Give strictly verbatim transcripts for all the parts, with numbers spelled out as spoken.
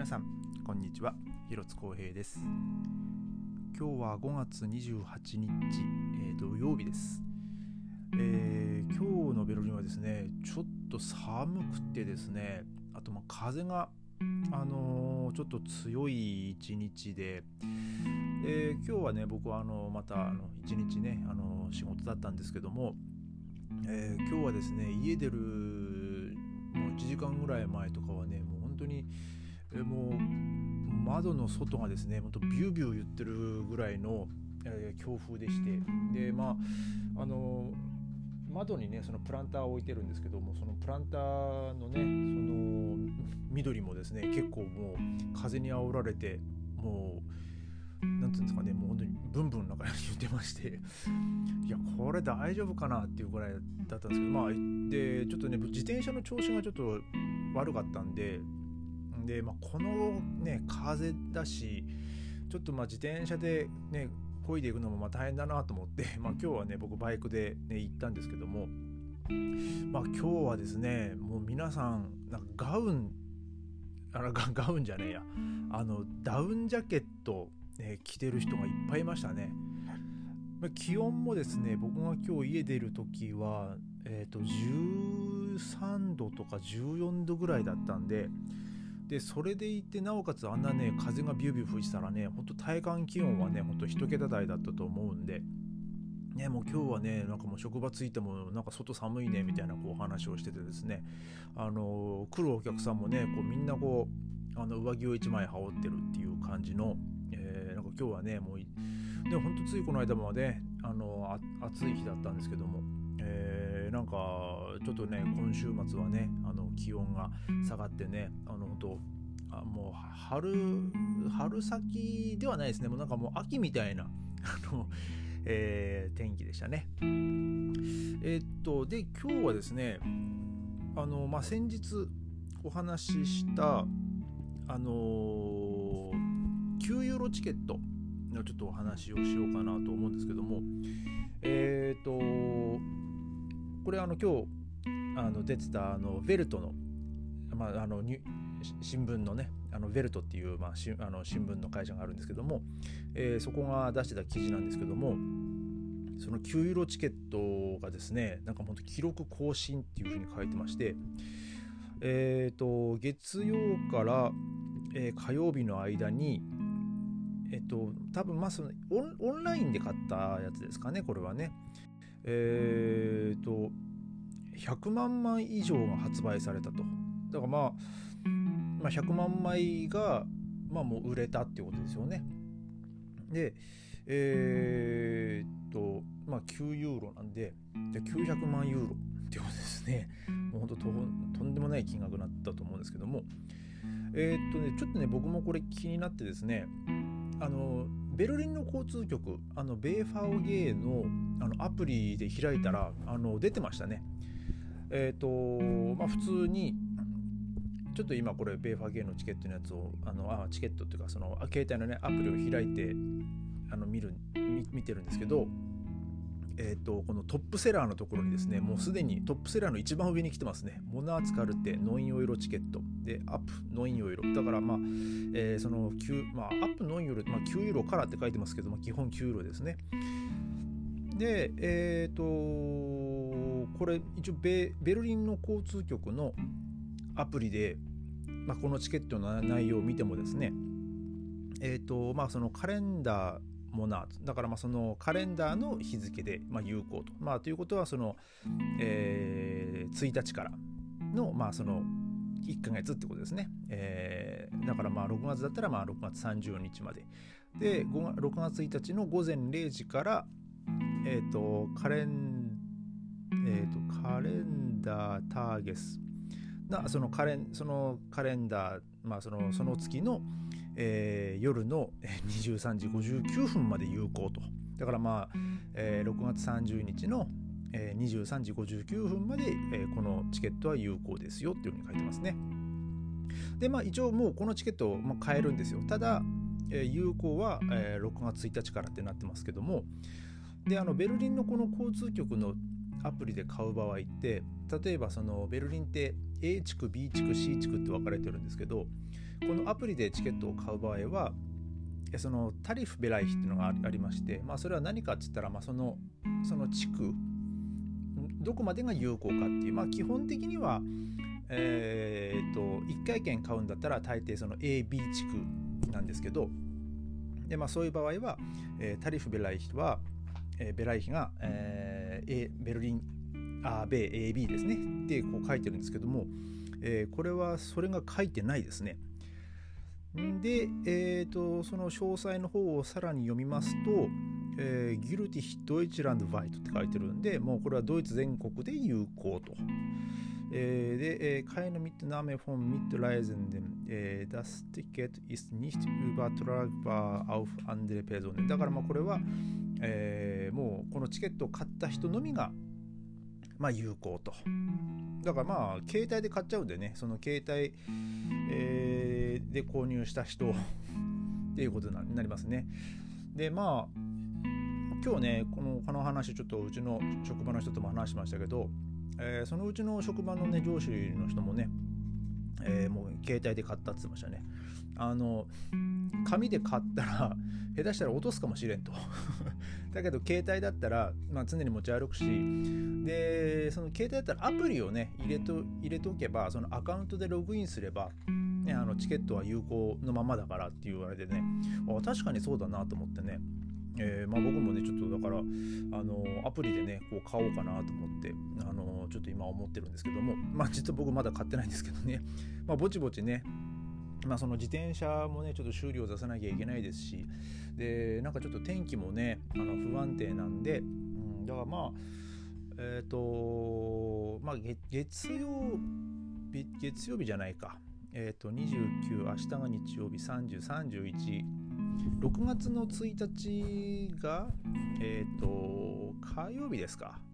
皆さんこんにちは、広津光平です。今日はごがつにじゅうはちにち、えー、土曜日です。えー、今日のベルリンはですね、ちょっと寒くてですね、あとまあ風が、あのー、ちょっと強い一日で、えー、今日はね、僕はあのまたあの一日ね、あの仕事だったんですけども、えー、今日はですね、家出るもういちじかんぐらい前とかはね、もう本当にえー、もう窓の外がですね、本当ビュービュー言ってるぐらいの、えー、強風でして、でまああのー、窓にねそのプランターを置いてるんですけども、そのプランターのねその緑もですね、結構もう風に煽られて、もうなんていうんですかね、もう本当にブンブンなんか言ってまして、いやこれ大丈夫かなっていうぐらいだったんですけど、まあでちょっとね自転車の調子がちょっと悪かったんで。でまあ、この、ね、風だし、ちょっとまあ自転車で、ね、漕いでいくのもまあ大変だなと思って、まあ、今日はね僕バイクで、ね、行ったんですけども、まあ、今日はですね、もう皆さんなんかガウンあら ガ, ガウンじゃねえやあのダウンジャケット、ね、着てる人がいっぱいいましたね。気温もですね、僕が今日家出る時は、えーと、じゅうさんどとかじゅうよんどぐらいだったんで、でそれでいて、なおかつあんなね風がビュービュー吹いてたらね、ほんと体感気温はねほんと一桁台だったと思うんでね、もう今日はねなんかもう職場着いてもなんか外寒いねみたいなこう話をしててですね、あの来るお客さんもねこうみんなこうあの上着をいちまい羽織ってるっていう感じの、えー、なんか今日はねもうでほんとついこの間まであのあ暑い日だったんですけども、えー、なんかちょっとね今週末はねあの気温が下がってね、あの本当あもう春春先ではないですね、もうなんかもう秋みたいなあの、えー、天気でしたね。えー、っとで今日はですね、あのまあ先日お話ししたあのきゅうユーロチケットのちょっとお話をしようかなと思うんですけども、えー、っとこれあの今日あの出てたあのヴェルトの、まあ、あの新聞のねあのヴェルトっていう、まあ、しあの新聞の会社があるんですけども、えー、そこが出してた記事なんですけども、そのきゅうユーロチケットがですね、なんか本当記録更新っていう風に書いてまして、えー、と月曜から、えー、火曜日の間にえっと多分まあそのオン、オンラインで買ったやつですかね、これはね。えー、とひゃくまんまい以上が発売されたと。だからまあ、まあ、ひゃくまんまいが、まあ、もう売れたっていうことですよね。で、えー、っと、まあきゅうユーロなんで、じゃきゅうひゃくまんユーロっていうことですね。もう本当 と, とんでもない金額になったと思うんですけども、えー、っとね、ちょっとね、僕もこれ気になってですね、あのベルリンの交通局、あのベーファーゲーの、あのアプリで開いたらあの出てましたね。えっ、ー、とまあ普通にちょっと今これベーファーゲーのチケットのやつをあのあチケットっていうかその携帯のねアプリを開いてあの見る 見, 見てるんですけど、えっ、ー、とこのトップセラーのところにですね、もうすでにトップセラーの一番上に来てますね。モナーツカルテノンユーロチケットでアップノンユーロだからまあ、えー、その9、まあ、アップノンユーロ、まあ、きゅうユーロからって書いてますけど、まあ、基本きゅうユーロですね。でえっ、ー、とこれ一応 ベ, ベルリンの交通局のアプリで、まあ、このチケットの内容を見てもですね、えっ、ー、とまあそのカレンダーモナーツだから、まあそのカレンダーの日付で、まあ、有効と、まあ、ということはその、えー、ついたちからの、まあ、そのいっかげつってことですね。えー、だからまあろくがつだったらまあろくがつさんじゅうにちまでで、ろくがつついたちのごぜんれいじから、えー、とカレン、えー、とカレンダーターゲスなそのカレンそのカレンダー、まあ、そのその月の、えー、夜のにじゅうさんじごじゅうきゅうふんまで有効と。だからまあ、えー、ろくがつさんじゅうにちの、えー、にじゅうさんじごじゅうきゅうふんまで、えー、このチケットは有効ですよっていうふうに書いてますね。でまあ一応もうこのチケットを、まあ、買えるんですよ。ただ、えー、有効は、えー、ろくがつついたちからってなってますけども、であのベルリンのこの交通局のアプリで買う場合って、例えばそのベルリンって A 地区 B 地区 C 地区って分かれてるんですけど、このアプリでチケットを買う場合はそのタリフベライヒっていうのがありまして、まあ、それは何かって言ったら、まあ、そのその地区どこまでが有効かっていう、まあ、基本的には、えー、といっかい券買うんだったら大抵その エービー 地区なんですけど、で、まあ、そういう場合は、えー、タリフベライヒは、えー、ベライヒが、えー、A、ベルリンあー米 エービー ですねってこう書いてるんですけども、えー、これはそれが書いてないですね。で、えー、とその詳細の方をさらに読みますと、えー、ギルティヒドイツランドワイトって書いてるんで、もうこれはドイツ全国で有効と。えー、で、えー、keine Mitnahme von Mitreisenden、えー、das Ticket ist nicht übertragbar auf andere Personen。だからまあこれは、えー、もうこのチケットを買った人のみがまあ有効と。だからまあ携帯で買っちゃうんでね、その携帯、えー、で購入した人っていうことになりますね。で、まあ今日ねこのこの話ちょっとうちの職場の人とも話しましたけど、えー、そのうちの職場のね上司の人もね、えー、もう携帯で買ったって言ってましたね。あの紙で買ったら下手したら落とすかもしれんとだけど携帯だったら、まあ、常に持ち歩くし、でその携帯だったらアプリをね入れと入れておけば、そのアカウントでログインすれば、ね、あのチケットは有効のままだからって言われてね、あ確かにそうだなと思ってね、えーまあ、僕もねちょっとだからあのアプリでねこう買おうかなと思ってあのちょっと今思ってるんですけども、まあ実は僕まだ買ってないんですけどね、まあぼちぼちね、まあその自転車もねちょっと修理を出さなきゃいけないですし、でなんかちょっと天気もねあの不安定なんで、うん、だからまあえっ、ー、とまあ 月, 月曜日月曜日じゃないか、えっ、ー、とにじゅうく、明日が日曜日、さんじゅう、さんじゅういち、ろくがつのついたちがえっ、ー、と火曜日ですか、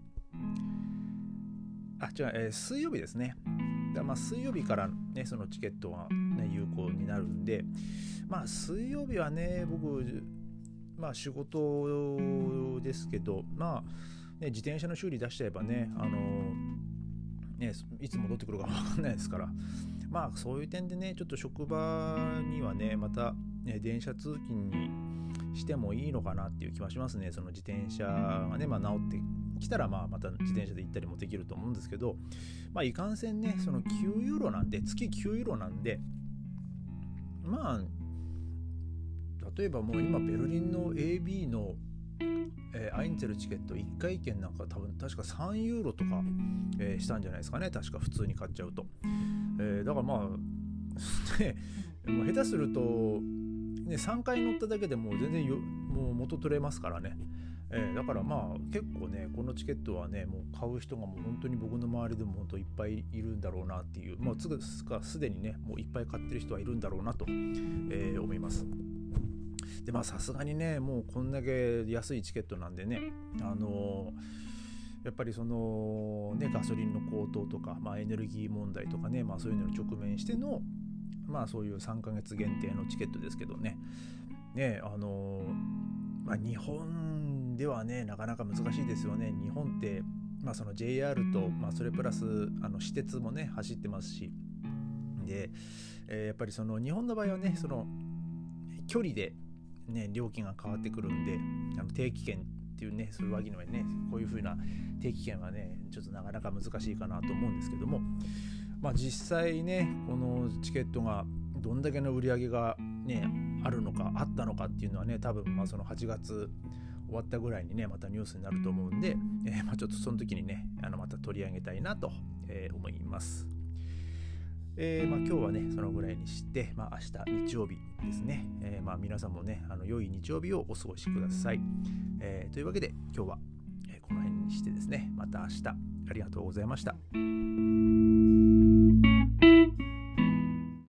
あ違う、えー、水曜日ですね。だまあ水曜日からねそのチケットが、ね、有効になるんで、まあ水曜日はね僕まあ仕事ですけど、まあ、ね、自転車の修理出しちゃえばねあのねいつ戻ってくるか分かんないですから、まあそういう点でねちょっと職場にはねまた、ね、電車通勤にしてもいいのかなっていう気はしますね。その自転車がね、まあ、治ってきたらまあまた自転車で行ったりもできると思うんですけど、まあいかんせんねそのきゅうユーロなんで、月きゅうユーロなんで、まあ例えばもう今ベルリンの エービー の、えー、アインツェルチケットいっかい券なんか多分確かさんユーロとか、えー、したんじゃないですかね、確か普通に買っちゃうと、えー、だからまあ、ね、下手すると、ね、さんかい乗っただけでもう全然よもう元取れますからね。えー、だからまあ結構ねこのチケットはねもう買う人がもう本当に僕の周りでも本当いっぱいいるんだろうなっていう、もうつぐすでにねもういっぱい買ってる人はいるんだろうなと、えー、思います。でまあさすがにねもうこんだけ安いチケットなんでね、あのー、やっぱりそのねガソリンの高騰とか、まあ、エネルギー問題とかね、まあ、そういうのに直面してのまあそういうさんかげつ限定のチケットですけどね、ねあのーまあ、日本ではねなかなか難しいですよね。日本って、まあ、その ジェイアール と、まあ、それプラスあの私鉄もね走ってますし、で、えー、やっぱりその日本の場合はねその距離で、ね、料金が変わってくるんで、あの定期券っていうねそういうわけにはねこういう風な定期券はねちょっとなかなか難しいかなと思うんですけども、まあ、実際ねこのチケットがどんだけの売り上げがねあるのかあったのかっていうのはね多分まあそのはちがつ終わったぐらいにねまたニュースになると思うんで、えー、まあちょっとその時にねあのまた取り上げたいなと、えー、思います。えーまあ、今日はねそのぐらいにして、まあ、明日日曜日ですね、えーまあ、皆さんもねあの良い日曜日をお過ごしください。えー、というわけで今日は、えー、この辺にしてですねまた明日ありがとうございました。